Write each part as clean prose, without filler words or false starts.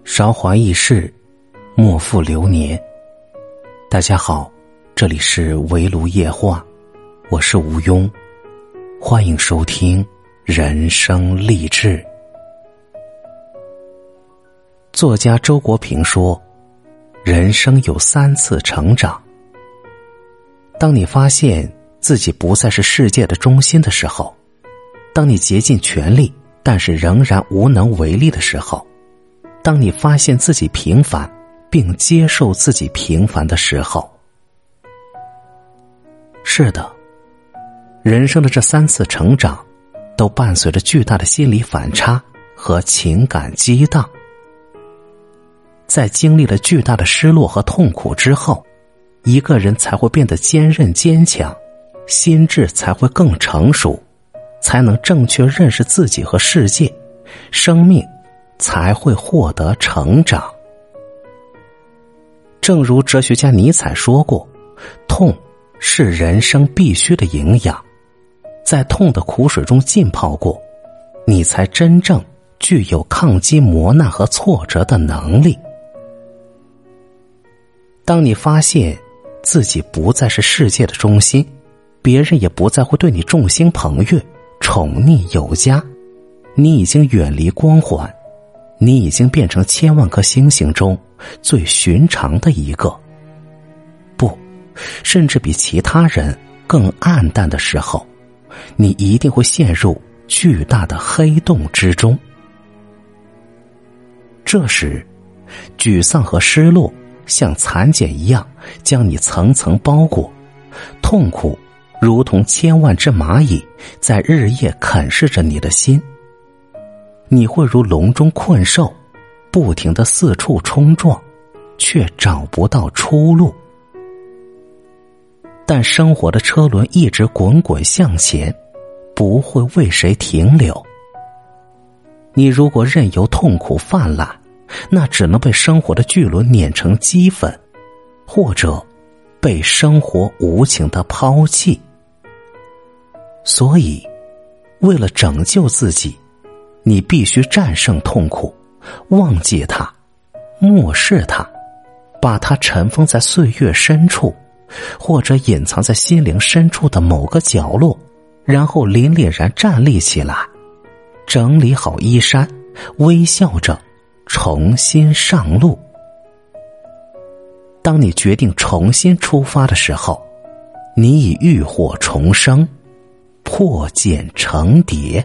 韶华易逝，莫负流年。大家好，这里是围炉夜话，我是吴庸，欢迎收听人生励志。作家周国平说，人生有3次成长。当你发现自己不再是世界的中心的时候，当你竭尽全力但是仍然无能为力的时候，当你发现自己平凡并接受自己平凡的时候。是的，人生的这3次成长都伴随着巨大的心理反差和情感激荡。在经历了巨大的失落和痛苦之后，一个人才会变得坚韧坚强，心智才会更成熟，才能正确认识自己和世界，生命才会获得成长。正如哲学家尼采说过，痛是人生必须的营养，在痛的苦水中浸泡过，你才真正具有抗击磨难和挫折的能力。当你发现自己不再是世界的中心，别人也不再会对你众星捧月，宠溺有加，你已经远离光环，你已经变成千万颗星星中最寻常的一个，不，甚至比其他人更暗淡的时候，你一定会陷入巨大的黑洞之中。这时，沮丧和失落像蚕茧一样将你层层包裹，痛苦如同千万只蚂蚁在日夜啃噬着你的心。你会如笼中困兽，不停地四处冲撞，却找不到出路。但生活的车轮一直滚滚向前，不会为谁停留。你如果任由痛苦泛滥，那只能被生活的巨轮碾成齑粉，或者被生活无情地抛弃。所以，为了拯救自己，你必须战胜痛苦，忘记它，漠视它，把它尘封在岁月深处，或者隐藏在心灵深处的某个角落，然后凛凛然站立起来，整理好衣衫，微笑着重新上路。当你决定重新出发的时候，你已浴火重生，破茧成蝶。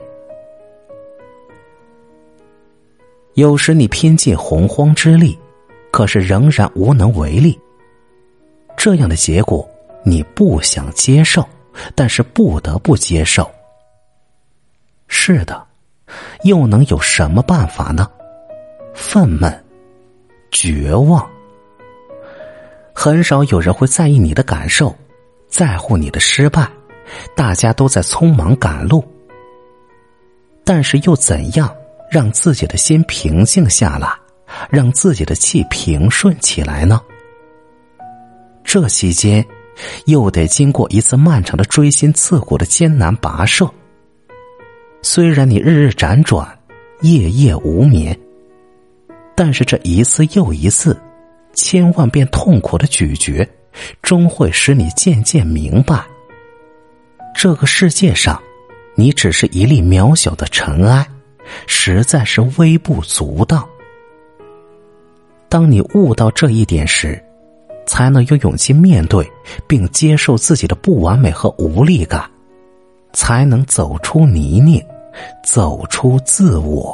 有时你拼尽洪荒之力，可是仍然无能为力。这样的结果你不想接受，但是不得不接受。是的，又能有什么办法呢？愤懑，绝望。很少有人会在意你的感受，在乎你的失败，大家都在匆忙赶路。但是又怎样让自己的心平静下来，让自己的气平顺起来呢？这期间又得经过一次漫长的锥心刺骨的艰难跋涉。虽然你日日辗转，夜夜无眠，但是这一次又一次，千万遍痛苦的咀嚼，终会使你渐渐明白，这个世界上，你只是一粒渺小的尘埃，实在是微不足道。当你悟到这一点时，才能有勇气面对并接受自己的不完美和无力感，才能走出泥泞，走出自我。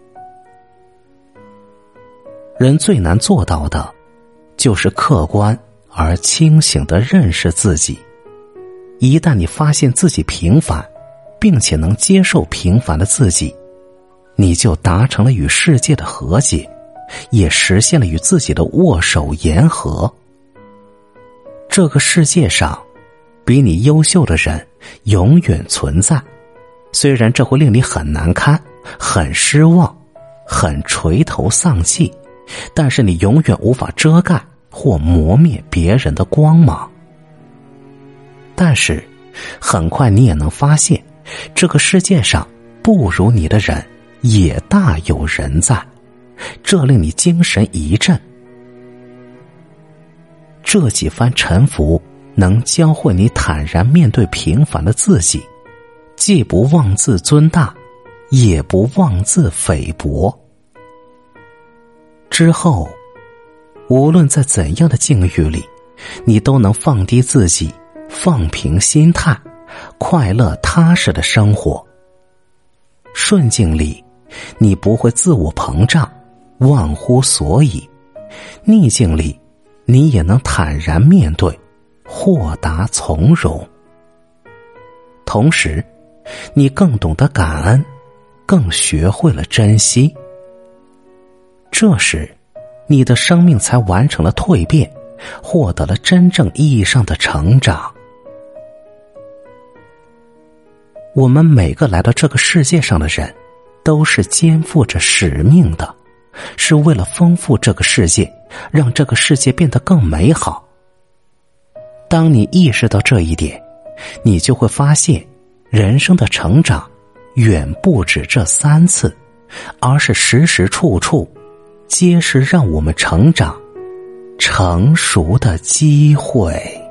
人最难做到的，就是客观而清醒地认识自己。一旦你发现自己平凡，并且能接受平凡的自己，你就达成了与世界的和解，也实现了与自己的握手言和。这个世界上，比你优秀的人永远存在，虽然这会令你很难堪，很失望，很垂头丧气，但是你永远无法遮盖或磨灭别人的光芒。但是很快你也能发现，这个世界上不如你的人也大有人在。 这令你精神一振。这几番沉浮能教会你坦然面对平凡的自己，既不妄自尊大，也不妄自菲薄。之后无论在怎样的境遇里，你都能放低自己，放平心态，快乐踏实的生活。顺境里你不会自我膨胀，忘乎所以；逆境里你也能坦然面对，豁达从容。同时你更懂得感恩，更学会了珍惜。这时你的生命才完成了蜕变，获得了真正意义上的成长。我们每个来到这个世界上的人都是肩负着使命的，是为了丰富这个世界，让这个世界变得更美好。当你意识到这一点，你就会发现人生的成长远不止这3次，而是时时处处皆是让我们成长成熟的机会。